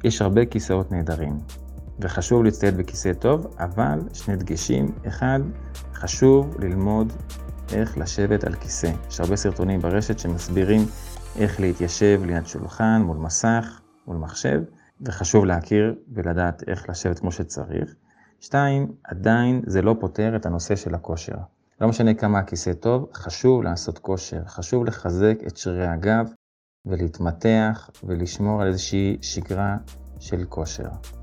יש הרבה כיסאות נהדרים, וחשוב להצטייד בכיסא טוב, אבל שני דגשים. אחד, חשוב ללמוד איך לשבת על כיסא. יש הרבה סרטונים ברשת שמסבירים איך להתיישב ליד שולחן, מול מסך, מול מחשב, וחשוב להכיר ולדעת איך לשבת כמו שצריך. 2, עדיין זה לא פותר את הנושא של הכושר. לא משנה כמה הכיסא טוב, חשוב לעשות כושר, חשוב לחזק את שרירי הגב ולהתמתח ולשמור על איזושהי שגרה של כושר.